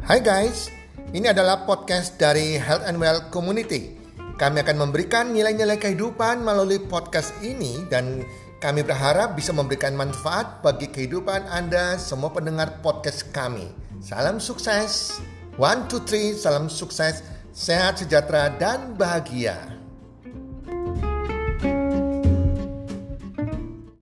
Hai guys, ini adalah podcast dari Health and Well Community. Kami akan memberikan nilai-nilai kehidupan melalui podcast ini dan kami berharap bisa memberikan manfaat bagi kehidupan Anda semua pendengar podcast kami. Salam sukses. 1, 2, 3, salam sukses, sehat, sejahtera, dan bahagia.